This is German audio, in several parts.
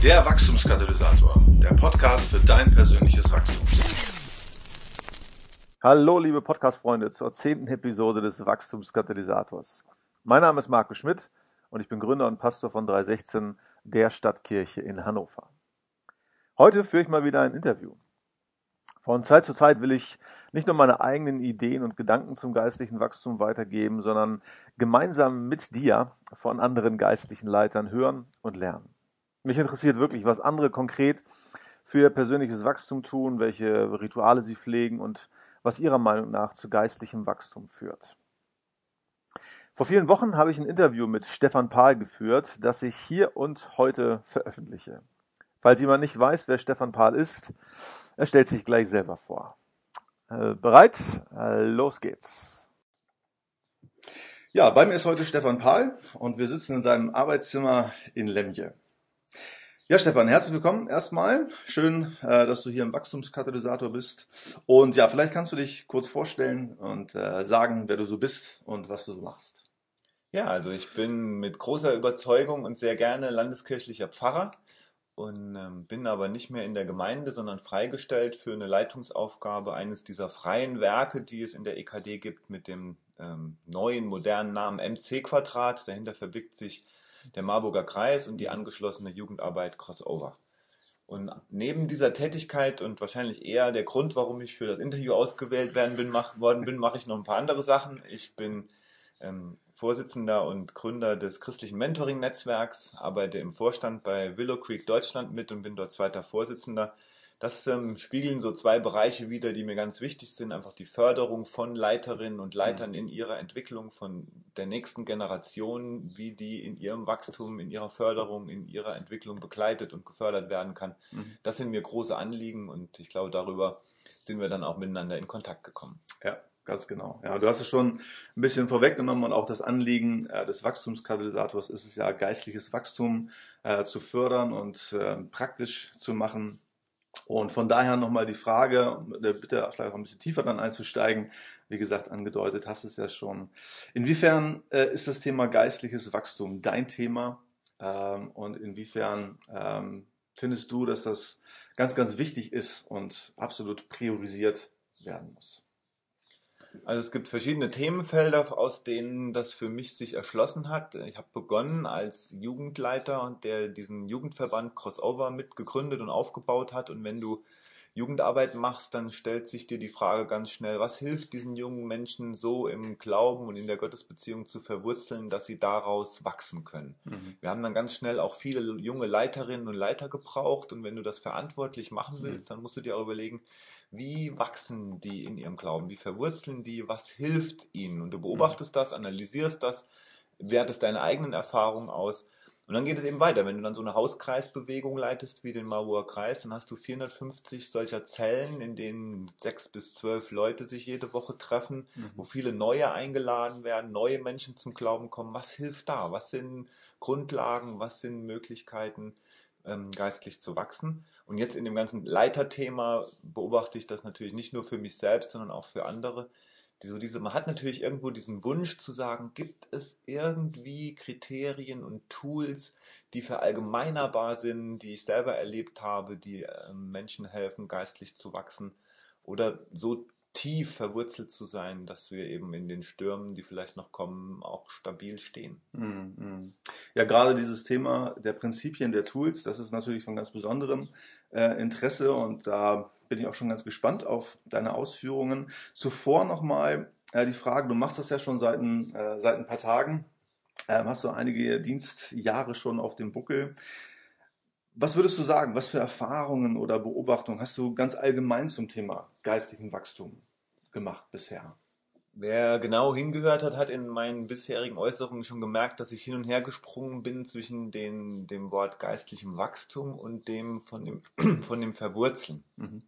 Der Wachstumskatalysator, der Podcast für dein persönliches Wachstum. Hallo liebe Podcast-Freunde zur 10. Episode des Wachstumskatalysators. Mein Name ist Marco Schmidt und ich bin Gründer und Pastor von 316, der Stadtkirche in Hannover. Heute führe ich mal wieder ein Interview. Von Zeit zu Zeit will ich nicht nur meine eigenen Ideen und Gedanken zum geistlichen Wachstum weitergeben, sondern gemeinsam mit dir von anderen geistlichen Leitern hören und lernen. Mich interessiert wirklich, was andere konkret für ihr persönliches Wachstum tun, welche Rituale sie pflegen und was ihrer Meinung nach zu geistlichem Wachstum führt. Vor vielen Wochen habe ich ein Interview mit Stefan Pahl geführt, das ich hier und heute veröffentliche. Falls jemand nicht weiß, wer Stefan Pahl ist, er stellt sich gleich selber vor. Bereit? Los geht's. Ja, bei mir ist heute Stefan Pahl und wir sitzen in seinem Arbeitszimmer in Lemje. Ja, Stefan, herzlich willkommen erstmal. Schön, dass du hier im Wachstumskatalysator bist. Und ja, vielleicht kannst du dich kurz vorstellen und sagen, wer du so bist und was du so machst. Ja, also ich bin mit großer Überzeugung und sehr gerne landeskirchlicher Pfarrer und bin aber nicht mehr in der Gemeinde, sondern freigestellt für eine Leitungsaufgabe eines dieser freien Werke, die es in der EKD gibt, mit dem neuen, modernen Namen MC-Quadrat. Dahinter verbirgt sich der Marburger Kreis und die angeschlossene Jugendarbeit Crossover. Und neben dieser Tätigkeit und wahrscheinlich eher der Grund, warum ich für das Interview ausgewählt worden bin, mache ich noch ein paar andere Sachen. Ich bin Vorsitzender und Gründer des christlichen Mentoring-Netzwerks, arbeite im Vorstand bei Willow Creek Deutschland mit und bin dort zweiter Vorsitzender. Das spiegeln so zwei Bereiche wider, die mir ganz wichtig sind. Einfach die Förderung von Leiterinnen und Leitern in ihrer Entwicklung, von der nächsten Generation, wie die in ihrem Wachstum, in ihrer Förderung, in ihrer Entwicklung begleitet und gefördert werden kann. Das sind mir große Anliegen und ich glaube, darüber sind wir dann auch miteinander in Kontakt gekommen. Ja, ganz genau. Ja, du hast es schon ein bisschen vorweggenommen und auch das Anliegen des Wachstumskatalysators ist es ja, geistliches Wachstum zu fördern und praktisch zu machen. Und von daher nochmal die Frage, bitte vielleicht auch ein bisschen tiefer dann einzusteigen. Wie gesagt, angedeutet hast es ja schon. Inwiefern ist das Thema geistliches Wachstum dein Thema? Und inwiefern findest du, dass das ganz, ganz wichtig ist und absolut priorisiert werden muss? Also es gibt verschiedene Themenfelder, aus denen das für mich sich erschlossen hat. Ich habe begonnen als Jugendleiter, der diesen Jugendverband Crossover mitgegründet und aufgebaut hat. Und wenn du Jugendarbeit machst, dann stellt sich dir die Frage ganz schnell, was hilft diesen jungen Menschen so im Glauben und in der Gottesbeziehung zu verwurzeln, dass sie daraus wachsen können. Wir haben dann ganz schnell auch viele junge Leiterinnen und Leiter gebraucht. Und wenn du das verantwortlich machen willst, dann musst du dir auch überlegen, wie wachsen die in ihrem Glauben? Wie verwurzeln die? Was hilft ihnen? Und du beobachtest das, analysierst das, wertest deine eigenen Erfahrungen aus. Und dann geht es eben weiter. Wenn du dann so eine Hauskreisbewegung leitest wie den Marburger Kreis, dann hast du 450 solcher Zellen, in denen 6 bis 12 Leute sich jede Woche treffen, wo viele neue eingeladen werden, neue Menschen zum Glauben kommen. Was hilft da? Was sind Grundlagen? Was sind Möglichkeiten, geistlich zu wachsen? Und jetzt in dem ganzen Leiterthema beobachte ich das natürlich nicht nur für mich selbst, sondern auch für andere. Man hat natürlich irgendwo diesen Wunsch zu sagen, gibt es irgendwie Kriterien und Tools, die verallgemeinerbar sind, die ich selber erlebt habe, die Menschen helfen, geistlich zu wachsen oder so tief verwurzelt zu sein, dass wir eben in den Stürmen, die vielleicht noch kommen, auch stabil stehen. Ja, gerade dieses Thema der Prinzipien, der Tools, das ist natürlich von ganz besonderem Interesse und da bin ich auch schon ganz gespannt auf deine Ausführungen. Zuvor nochmal die Frage, du machst das ja schon seit ein paar Tagen, hast du einige Dienstjahre schon auf dem Buckel. Was würdest du sagen, was für Erfahrungen oder Beobachtungen hast du ganz allgemein zum Thema geistlichen Wachstum gemacht bisher? Wer genau hingehört hat, hat in meinen bisherigen Äußerungen schon gemerkt, dass ich hin und her gesprungen bin zwischen dem Wort geistlichem Wachstum und dem von dem Verwurzeln.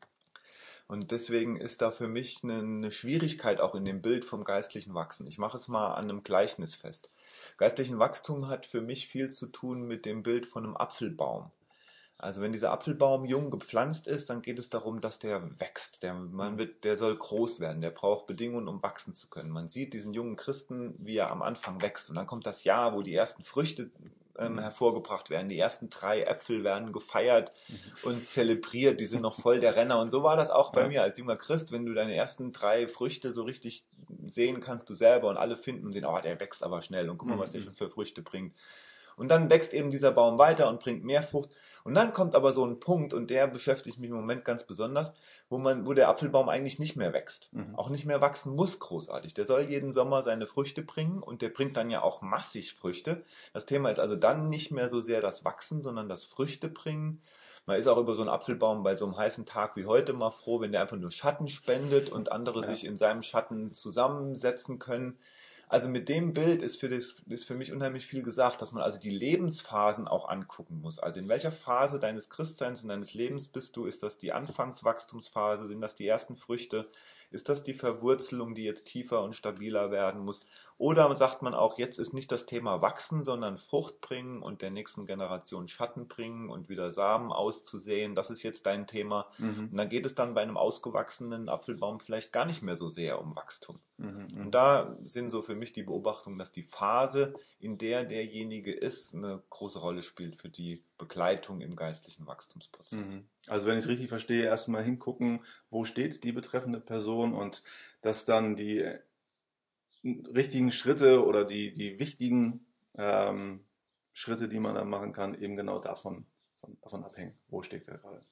Und deswegen ist da für mich eine Schwierigkeit auch in dem Bild vom geistlichen Wachsen. Ich mache es mal an einem Gleichnis fest. Geistlichen Wachstum hat für mich viel zu tun mit dem Bild von einem Apfelbaum. Also wenn dieser Apfelbaum jung gepflanzt ist, dann geht es darum, dass der wächst. Der soll groß werden, der braucht Bedingungen, um wachsen zu können. Man sieht diesen jungen Christen, wie er am Anfang wächst. Und dann kommt das Jahr, wo die ersten Früchte hervorgebracht werden. Die ersten 3 Äpfel werden gefeiert und zelebriert. Die sind noch voll der Renner. Und so war das auch bei mir als junger Christ. Wenn du deine ersten 3 Früchte so richtig sehen kannst, du selber, und alle finden und sehen, oh, der wächst aber schnell und guck mal, was der schon für Früchte bringt. Und dann wächst eben dieser Baum weiter und bringt mehr Frucht. Und dann kommt aber so ein Punkt, und der beschäftigt mich im Moment ganz besonders, wo der Apfelbaum eigentlich nicht mehr wächst. Auch nicht mehr wachsen muss großartig. Der soll jeden Sommer seine Früchte bringen, und der bringt dann ja auch massig Früchte. Das Thema ist also dann nicht mehr so sehr das Wachsen, sondern das Früchte bringen. Man ist auch über so einen Apfelbaum bei so einem heißen Tag wie heute mal froh, wenn der einfach nur Schatten spendet und andere sich in seinem Schatten zusammensetzen können. Also mit dem Bild ist für mich unheimlich viel gesagt, dass man also die Lebensphasen auch angucken muss. Also in welcher Phase deines Christseins, in deines Lebens bist du? Ist das die Anfangswachstumsphase? Sind das die ersten Früchte? Ist das die Verwurzelung, die jetzt tiefer und stabiler werden muss? Oder sagt man auch, jetzt ist nicht das Thema wachsen, sondern Frucht bringen und der nächsten Generation Schatten bringen und wieder Samen auszusehen. Das ist jetzt dein Thema. Und dann geht es dann bei einem ausgewachsenen Apfelbaum vielleicht gar nicht mehr so sehr um Wachstum. Und da sind so für mich die Beobachtungen, dass die Phase, in der derjenige ist, eine große Rolle spielt für die Begleitung im geistlichen Wachstumsprozess. Also wenn ich es richtig verstehe, erstmal hingucken, wo steht die betreffende Person, und dass dann die richtigen Schritte oder die wichtigen Schritte, die man dann machen kann, eben genau davon abhängen, wo steht er gerade.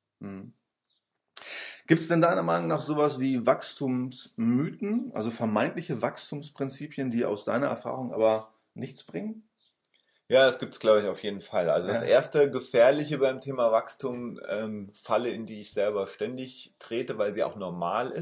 Gibt es denn deiner Meinung nach sowas wie Wachstumsmythen, also vermeintliche Wachstumsprinzipien, die aus deiner Erfahrung aber nichts bringen? Ja, das gibt es, glaube ich, auf jeden Fall. Also das erste Gefährliche beim Thema Wachstum, Falle, in die ich selber ständig trete, weil sie auch normal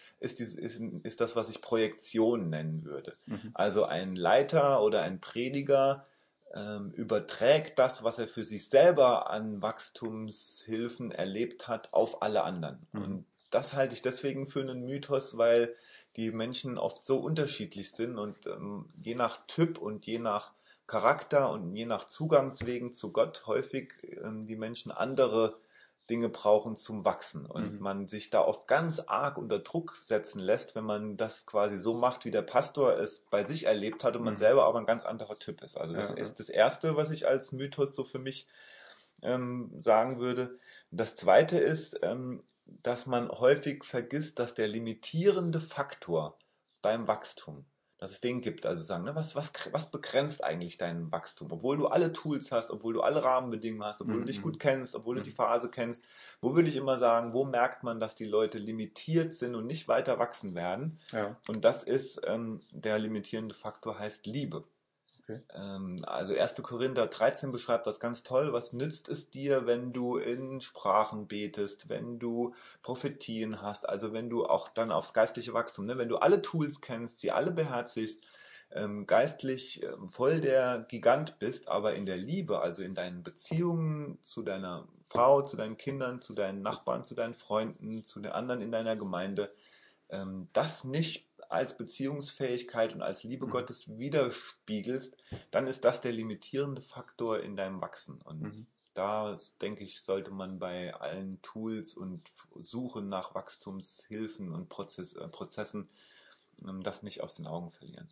ist das, was ich Projektion nennen würde. Also ein Leiter oder ein Prediger überträgt das, was er für sich selber an Wachstumshilfen erlebt hat, auf alle anderen. Und das halte ich deswegen für einen Mythos, weil die Menschen oft so unterschiedlich sind und je nach Typ und je nach Charakter und je nach Zugangswegen zu Gott häufig die Menschen andere Dinge brauchen zum Wachsen und man sich da oft ganz arg unter Druck setzen lässt, wenn man das quasi so macht, wie der Pastor es bei sich erlebt hat und man selber aber ein ganz anderer Typ ist. Also das ist das Erste, was ich als Mythos so für mich sagen würde. Das Zweite ist, dass man häufig vergisst, dass der limitierende Faktor beim Wachstum, dass es den gibt, also sagen, ne, was begrenzt eigentlich dein Wachstum? Obwohl du alle Tools hast, obwohl du alle Rahmenbedingungen hast, obwohl du dich gut kennst, obwohl du die Phase kennst, wo würde ich immer sagen, wo merkt man, dass die Leute limitiert sind und nicht weiter wachsen werden? Ja. Und das ist, der limitierende Faktor heißt Liebe. Okay. Also 1. Korinther 13 beschreibt das ganz toll. Was nützt es dir, wenn du in Sprachen betest, wenn du Prophetien hast, also wenn du auch dann aufs geistliche Wachstum, ne, wenn du alle Tools kennst, sie alle beherzigst, geistlich voll der Gigant bist, aber in der Liebe, also in deinen Beziehungen zu deiner Frau, zu deinen Kindern, zu deinen Nachbarn, zu deinen Freunden, zu den anderen in deiner Gemeinde, das nicht als Beziehungsfähigkeit und als Liebe Gottes widerspiegelst, dann ist das der limitierende Faktor in deinem Wachsen. Und da, denke ich, sollte man bei allen Tools und Suchen nach Wachstumshilfen und Prozessen das nicht aus den Augen verlieren.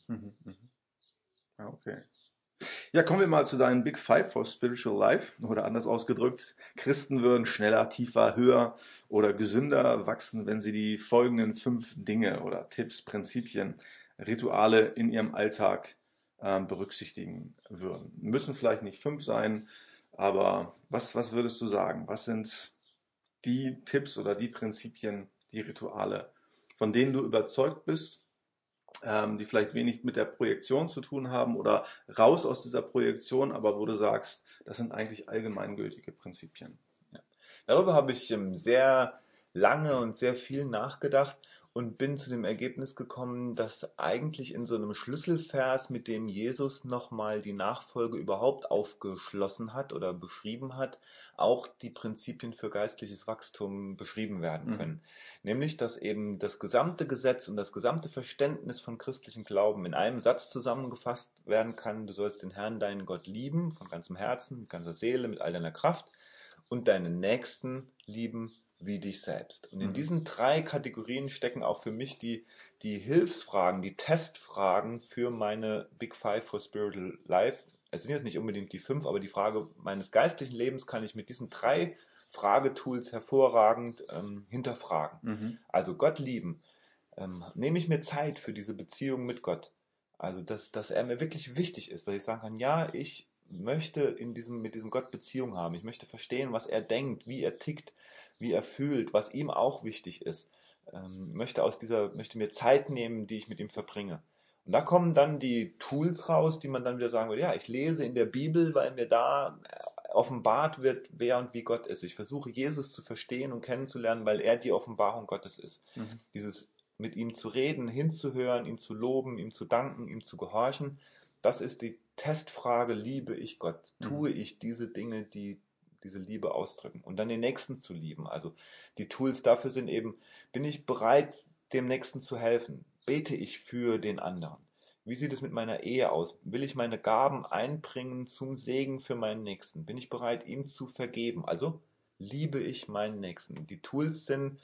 Ja, okay. Ja, kommen wir mal zu deinen Big Five for Spiritual Life, oder anders ausgedrückt, Christen würden schneller, tiefer, höher oder gesünder wachsen, wenn sie die folgenden 5 Dinge oder Tipps, Prinzipien, Rituale in ihrem Alltag berücksichtigen würden. Müssen vielleicht nicht 5 sein, aber was würdest du sagen? Was sind die Tipps oder die Prinzipien, die Rituale, von denen du überzeugt bist, die vielleicht wenig mit der Projektion zu tun haben oder raus aus dieser Projektion, aber wo du sagst, das sind eigentlich allgemeingültige Prinzipien? Ja. Darüber habe ich sehr lange und sehr viel nachgedacht und bin zu dem Ergebnis gekommen, dass eigentlich in so einem Schlüsselvers, mit dem Jesus nochmal die Nachfolge überhaupt aufgeschlossen hat oder beschrieben hat, auch die Prinzipien für geistliches Wachstum beschrieben werden können. Nämlich, dass eben das gesamte Gesetz und das gesamte Verständnis von christlichem Glauben in einem Satz zusammengefasst werden kann. Du sollst den Herrn, deinen Gott, lieben, von ganzem Herzen, mit ganzer Seele, mit all deiner Kraft, und deinen Nächsten lieben wie dich selbst. Und in diesen 3 Kategorien stecken auch für mich die Hilfsfragen, die Testfragen für meine Big Five for Spiritual Life es sind jetzt nicht unbedingt die 5, aber die Frage meines geistlichen Lebens kann ich mit diesen 3 Fragetools hervorragend hinterfragen. Also Gott lieben. Nehme ich mir Zeit für diese Beziehung mit Gott? Also, dass er mir wirklich wichtig ist, dass ich sagen kann, ja, ich möchte mit diesem Gott Beziehung haben. Ich möchte verstehen, was er denkt, wie er tickt, wie er fühlt, was ihm auch wichtig ist. Möchte mir Zeit nehmen, die ich mit ihm verbringe. Und da kommen dann die Tools raus, die man dann wieder sagen würde, ja, ich lese in der Bibel, weil mir da offenbart wird, wer und wie Gott ist. Ich versuche Jesus zu verstehen und kennenzulernen, weil er die Offenbarung Gottes ist. Dieses mit ihm zu reden, hinzuhören, ihn zu loben, ihm zu danken, ihm zu gehorchen, das ist die Testfrage, liebe ich Gott? Tue ich diese Dinge, die diese Liebe ausdrücken? Und dann den Nächsten zu lieben. Also die Tools dafür sind eben, bin ich bereit, dem Nächsten zu helfen? Bete ich für den anderen? Wie sieht es mit meiner Ehe aus? Will ich meine Gaben einbringen zum Segen für meinen Nächsten? Bin ich bereit, ihm zu vergeben? Also liebe ich meinen Nächsten? Die Tools sind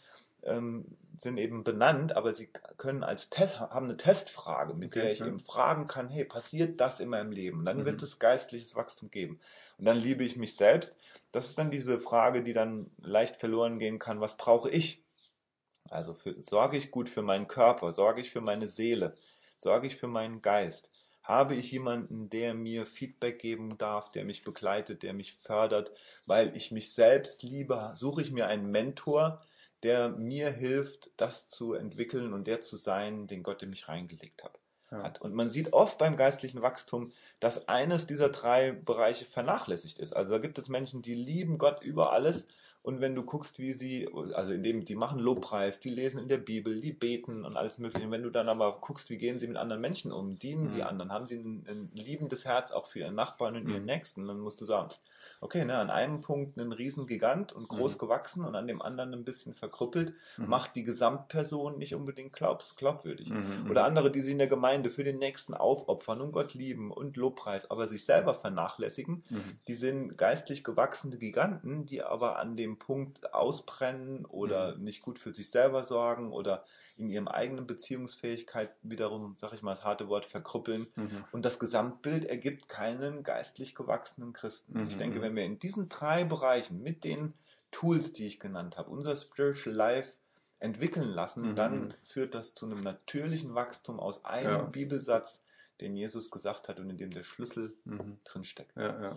eben benannt, aber sie können haben eine Testfrage, mit der ich eben fragen kann, hey, passiert das in meinem Leben? Und dann wird es geistliches Wachstum geben. Und dann liebe ich mich selbst. Das ist dann diese Frage, die dann leicht verloren gehen kann, was brauche ich? Also sorge ich gut für meinen Körper, sorge ich für meine Seele, sorge ich für meinen Geist? Habe ich jemanden, der mir Feedback geben darf, der mich begleitet, der mich fördert, weil ich mich selbst liebe? Suche ich mir einen Mentor, der mir hilft, das zu entwickeln und der zu sein, den Gott in mich reingelegt hat. Und man sieht oft beim geistlichen Wachstum, dass eines dieser 3 Bereiche vernachlässigt ist. Also da gibt es Menschen, die lieben Gott über alles. Und wenn du guckst, die machen Lobpreis, die lesen in der Bibel, die beten und alles Mögliche. Und wenn du dann aber guckst, wie gehen sie mit anderen Menschen um, dienen sie anderen, haben sie ein liebendes Herz auch für ihren Nachbarn und ihren Nächsten, dann musst du sagen, okay, an einem Punkt ein Riesengigant und groß gewachsen und an dem anderen ein bisschen verkrüppelt, macht die Gesamtperson nicht unbedingt glaubwürdig. Oder andere, die sich in der Gemeinde für den Nächsten aufopfern und Gott lieben und Lobpreis, aber sich selber vernachlässigen, die sind geistlich gewachsene Giganten, die aber an dem Punkt ausbrennen oder nicht gut für sich selber sorgen oder in ihrem eigenen Beziehungsfähigkeit wiederum, sag ich mal das harte Wort, verkrüppeln. Und das Gesamtbild ergibt keinen geistlich gewachsenen Christen. Ich denke, wenn wir in diesen 3 Bereichen mit den Tools, die ich genannt habe, unser Spiritual Life entwickeln lassen, dann führt das zu einem natürlichen Wachstum aus einem Bibelsatz, den Jesus gesagt hat und in dem der Schlüssel drin steckt.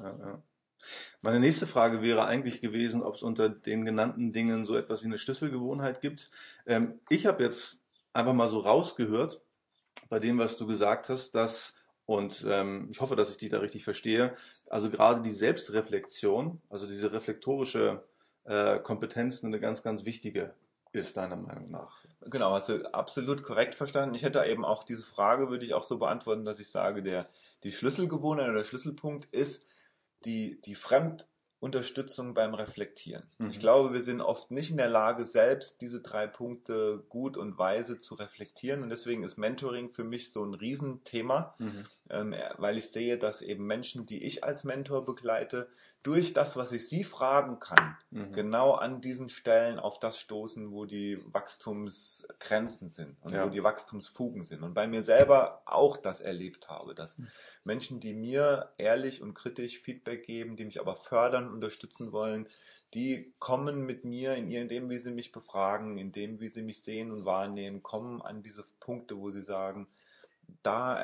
Meine nächste Frage wäre eigentlich gewesen, ob es unter den genannten Dingen so etwas wie eine Schlüsselgewohnheit gibt. Ich habe jetzt einfach mal so rausgehört, bei dem, was du gesagt hast, und ich hoffe, dass ich dich da richtig verstehe, also gerade die Selbstreflexion, also diese reflektorische Kompetenz eine ganz, ganz wichtige ist, deiner Meinung nach. Genau, hast du absolut korrekt verstanden. Ich hätte eben auch diese Frage, würde ich auch so beantworten, dass ich sage, die Schlüsselgewohnheit oder der Schlüsselpunkt ist die Fremdunterstützung beim Reflektieren. Ich glaube, wir sind oft nicht in der Lage, selbst diese 3 Punkte gut und weise zu reflektieren und deswegen ist Mentoring für mich so ein Riesenthema, weil ich sehe, dass eben Menschen, die ich als Mentor begleite, durch das, was ich sie fragen kann, genau an diesen Stellen auf das stoßen, wo die Wachstumsgrenzen sind und wo die Wachstumsfugen sind. Und bei mir selber auch das erlebt habe, dass Menschen, die mir ehrlich und kritisch Feedback geben, die mich aber fördern, unterstützen wollen, die kommen mit mir in dem, wie sie mich befragen, in dem, wie sie mich sehen und wahrnehmen, kommen an diese Punkte, wo sie sagen, da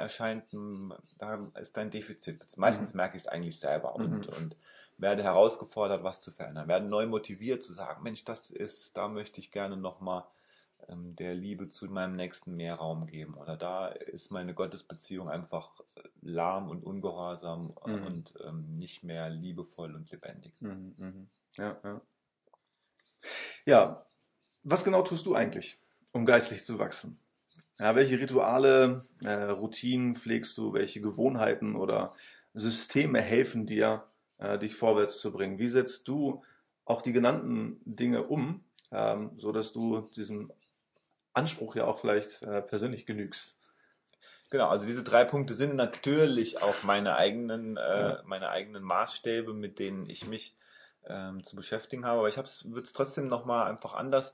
ist ein Defizit. Meistens merke ich es eigentlich selber und werde herausgefordert, was zu verändern, werde neu motiviert zu sagen, Mensch, da möchte ich gerne nochmal der Liebe zu meinem Nächsten mehr Raum geben. Oder da ist meine Gottesbeziehung einfach lahm und ungehorsam und nicht mehr liebevoll und lebendig. Ja, was genau tust du eigentlich, um geistlich zu wachsen? Ja, welche Rituale, Routinen pflegst du? Welche Gewohnheiten oder Systeme helfen dir, dich vorwärts zu bringen? Wie setzt du auch die genannten Dinge um, so dass du diesem Anspruch ja auch vielleicht persönlich genügst? Genau, also diese 3 Punkte sind natürlich auch meine eigenen Maßstäbe, mit denen ich mich zu beschäftigen habe. Aber ich würde es trotzdem nochmal einfach anders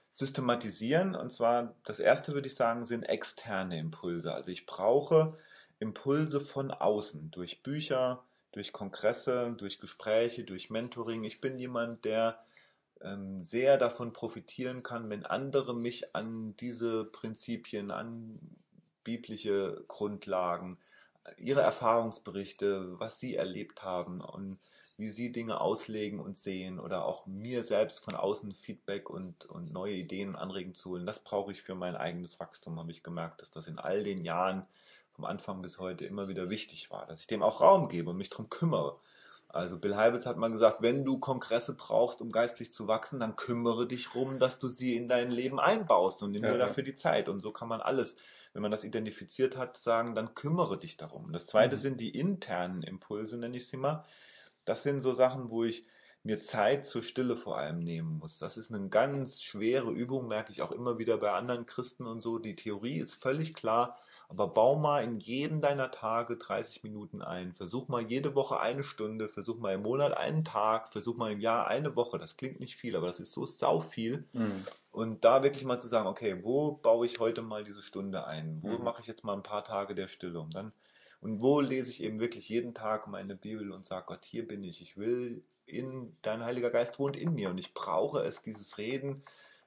systematisieren. Und zwar, das erste würde ich sagen, sind externe Impulse. Also ich brauche Impulse von außen, durch Bücher, durch Kongresse, durch Gespräche, durch Mentoring. Ich bin jemand, der sehr davon profitieren kann, wenn andere mich an diese Prinzipien, an biblische Grundlagen, ihre Erfahrungsberichte, was sie erlebt haben und wie sie Dinge auslegen und sehen oder auch mir selbst von außen Feedback und neue Ideen und Anregungen zu holen. Das brauche ich für mein eigenes Wachstum, habe ich gemerkt, dass das in all den Jahren vom Anfang bis heute immer wieder wichtig war, dass ich dem auch Raum gebe und mich darum kümmere. Also Bill Hybels hat mal gesagt, wenn du Kongresse brauchst, um geistlich zu wachsen, dann kümmere dich darum, dass du sie in dein Leben einbaust und nimm dir dafür die Zeit. Und so kann man alles, wenn man das identifiziert hat, sagen, dann kümmere dich darum. Und das Zweite sind die internen Impulse, nenne ich sie mal. Das sind so Sachen, wo ich mir Zeit zur Stille vor allem nehmen muss. Das ist eine ganz schwere Übung, merke ich auch immer wieder bei anderen Christen und so. Die Theorie ist völlig klar, aber bau mal in jedem deiner Tage 30 Minuten ein. Versuch mal jede Woche eine Stunde, versuch mal im Monat einen Tag, versuch mal im Jahr eine Woche. Das klingt nicht viel, aber das ist so sau viel. Und da wirklich mal zu sagen, okay, wo baue ich heute mal diese Stunde ein? Wo mache ich jetzt mal ein paar Tage der Stille? Und wo lese ich eben wirklich jeden Tag meine Bibel und sage, Gott, hier bin ich. Ich will dein Heiliger Geist wohnt in mir und ich brauche es, dieses Reden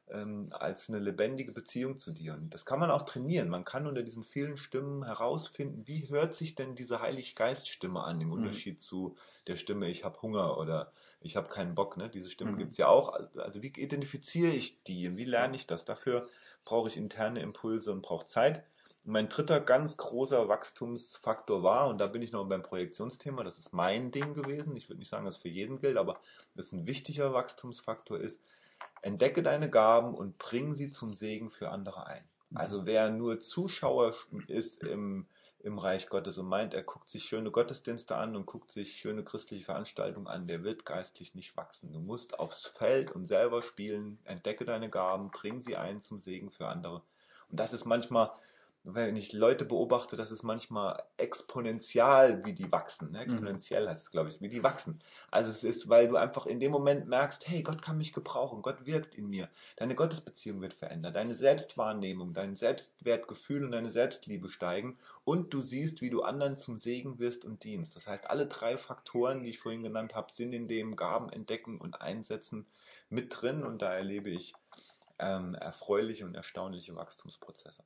als eine lebendige Beziehung zu dir. Und das kann man auch trainieren. Man kann unter diesen vielen Stimmen herausfinden, wie hört sich denn diese Heilig-Geist-Stimme an, im Unterschied zu der Stimme, ich habe Hunger oder ich habe keinen Bock. Ne? Diese Stimmen gibt es ja auch. Also wie identifiziere ich die? Wie lerne ich das? Dafür brauche ich interne Impulse und brauche Zeit. Und mein dritter ganz großer Wachstumsfaktor war, und da bin ich noch beim Projektionsthema, das ist mein Ding gewesen, ich würde nicht sagen, dass es für jeden gilt, aber das ist ein wichtiger Wachstumsfaktor ist, entdecke deine Gaben und bring sie zum Segen für andere ein. Also wer nur Zuschauer ist im Reich Gottes und meint, er guckt sich schöne Gottesdienste an und guckt sich schöne christliche Veranstaltungen an, der wird geistlich nicht wachsen. Du musst aufs Feld und selber spielen, entdecke deine Gaben, bring sie ein zum Segen für andere. Und das ist manchmal, wenn ich Leute beobachte, das ist manchmal exponentiell, wie die wachsen. Ne? Exponentiell heißt es, glaube ich, wie die wachsen. Also es ist, weil du einfach in dem Moment merkst, hey, Gott kann mich gebrauchen, Gott wirkt in mir. Deine Gottesbeziehung wird verändert, deine Selbstwahrnehmung, dein Selbstwertgefühl und deine Selbstliebe steigen und du siehst, wie du anderen zum Segen wirst und dienst. Das heißt, alle 3 Faktoren, die ich vorhin genannt habe, sind in dem Gaben entdecken und einsetzen mit drin und da erlebe ich erfreuliche und erstaunliche Wachstumsprozesse.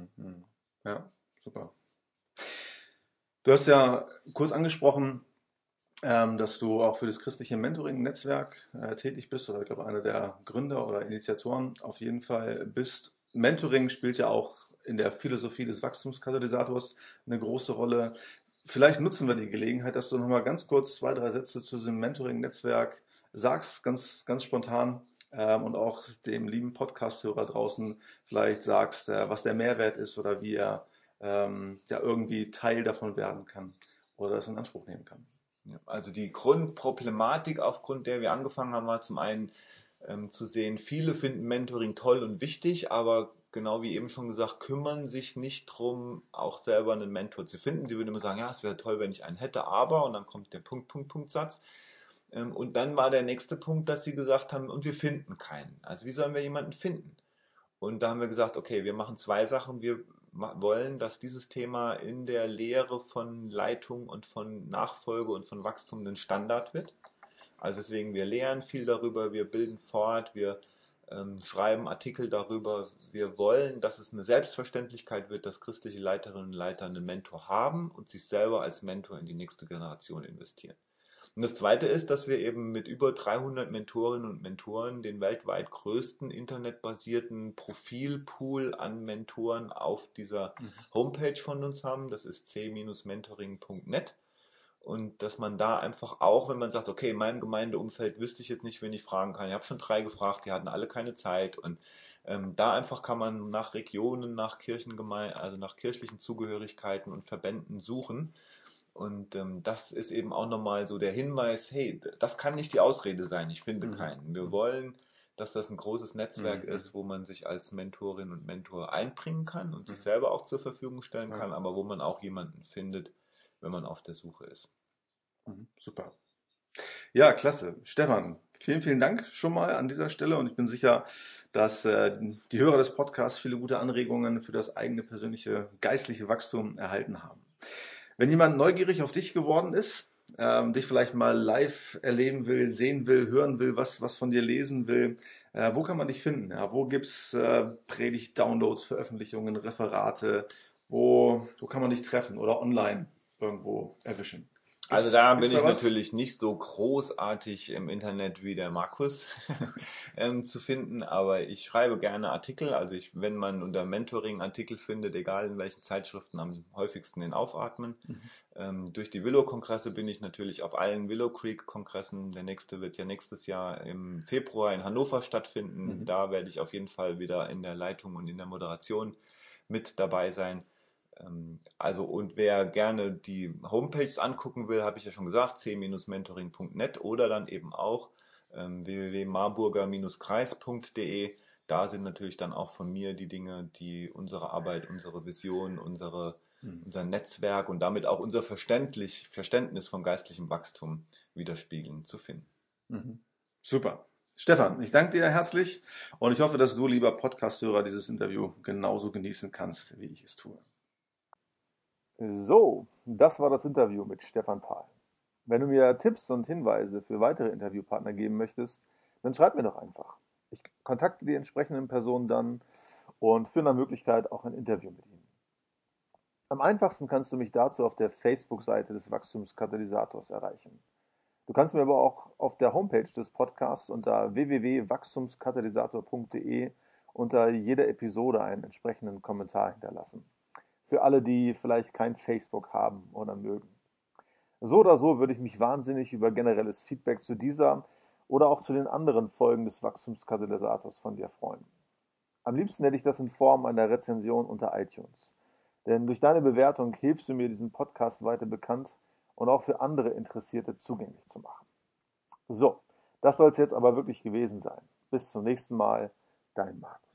Ja, super. Du hast ja kurz angesprochen, dass du auch für das christliche Mentoring-Netzwerk tätig bist oder ich glaube einer der Gründer oder Initiatoren auf jeden Fall bist. Mentoring spielt ja auch in der Philosophie des Wachstumskatalysators eine große Rolle. Vielleicht nutzen wir die Gelegenheit, dass du nochmal ganz kurz 2, 3 Sätze zu diesem Mentoring-Netzwerk sagst, ganz, ganz spontan. Und auch dem lieben Podcast-Hörer draußen vielleicht sagst, was der Mehrwert ist oder wie er ja irgendwie Teil davon werden kann oder das in Anspruch nehmen kann. Ja, also die Grundproblematik, aufgrund der wir angefangen haben, war zum einen zu sehen, viele finden Mentoring toll und wichtig, aber genau wie eben schon gesagt, kümmern sich nicht drum, auch selber einen Mentor zu finden. Sie würden immer sagen, ja, es wäre toll, wenn ich einen hätte, aber, und dann kommt der Punkt-Satz. Und dann war der nächste Punkt, dass sie gesagt haben, und wir finden keinen. Also wie sollen wir jemanden finden? Und da haben wir gesagt, okay, wir machen 2 Sachen. Wir wollen, dass dieses Thema in der Lehre von Leitung und von Nachfolge und von Wachstum ein Standard wird. Also deswegen, wir lehren viel darüber, wir bilden fort, wir schreiben Artikel darüber. Wir wollen, dass es eine Selbstverständlichkeit wird, dass christliche Leiterinnen und Leiter einen Mentor haben und sich selber als Mentor in die nächste Generation investieren. Und das Zweite ist, dass wir eben mit über 300 Mentorinnen und Mentoren den weltweit größten internetbasierten Profilpool an Mentoren auf dieser Homepage von uns haben. Das ist c-mentoring.net. Und dass man da einfach auch, wenn man sagt, okay, in meinem Gemeindeumfeld wüsste ich jetzt nicht, wen ich fragen kann. Ich habe schon 3 gefragt, die hatten alle keine Zeit. Und da einfach kann man nach Regionen, nach Kirchengemeinden, also nach kirchlichen Zugehörigkeiten und Verbänden suchen. Und das ist eben auch nochmal so der Hinweis, hey, das kann nicht die Ausrede sein, ich finde keinen. Wir wollen, dass das ein großes Netzwerk ist, wo man sich als Mentorin und Mentor einbringen kann und sich selber auch zur Verfügung stellen kann, aber wo man auch jemanden findet, wenn man auf der Suche ist. Super. Ja, klasse. Stefan, vielen, vielen Dank schon mal an dieser Stelle und ich bin sicher, dass die Hörer des Podcasts viele gute Anregungen für das eigene persönliche geistliche Wachstum erhalten haben. Wenn jemand neugierig auf dich geworden ist, dich vielleicht mal live erleben will, sehen will, hören will, was von dir lesen will, wo kann man dich finden? Ja, wo gibt es Predigt-Downloads, Veröffentlichungen, Referate? Wo kann man dich treffen oder online irgendwo erwischen? Also da bin Gibt's ich was? natürlich nicht so großartig im Internet wie der Markus zu finden, aber ich schreibe gerne Artikel. Also wenn man unter Mentoring Artikel findet, egal in welchen Zeitschriften, am häufigsten in Aufatmen. Durch die Willow-Kongresse bin ich natürlich auf allen Willow Creek-Kongressen. Der nächste wird ja nächstes Jahr im Februar in Hannover stattfinden. Da werde ich auf jeden Fall wieder in der Leitung und in der Moderation mit dabei sein. Also und wer gerne die Homepages angucken will, habe ich ja schon gesagt, c-mentoring.net oder dann eben auch www.marburger-kreis.de. Da sind natürlich dann auch von mir die Dinge, die unsere Arbeit, unsere Vision, unser Netzwerk und damit auch unser Verständnis von geistlichem Wachstum widerspiegeln zu finden. Super. Stefan, ich danke dir herzlich und ich hoffe, dass du, lieber Podcast-Hörer, dieses Interview genauso genießen kannst, wie ich es tue. So, das war das Interview mit Stefan Pahl. Wenn du mir Tipps und Hinweise für weitere Interviewpartner geben möchtest, dann schreib mir doch einfach. Ich kontakte die entsprechenden Personen dann und führe nach Möglichkeit auch ein Interview mit ihnen. Am einfachsten kannst du mich dazu auf der Facebook-Seite des Wachstumskatalysators erreichen. Du kannst mir aber auch auf der Homepage des Podcasts unter www.wachstumskatalysator.de unter jeder Episode einen entsprechenden Kommentar hinterlassen. Für alle, die vielleicht kein Facebook haben oder mögen. So oder so würde ich mich wahnsinnig über generelles Feedback zu dieser oder auch zu den anderen Folgen des Wachstumskatalysators von dir freuen. Am liebsten hätte ich das in Form einer Rezension unter iTunes. Denn durch deine Bewertung hilfst du mir, diesen Podcast weiter bekannt und auch für andere Interessierte zugänglich zu machen. So, das soll es jetzt aber wirklich gewesen sein. Bis zum nächsten Mal, dein Marc.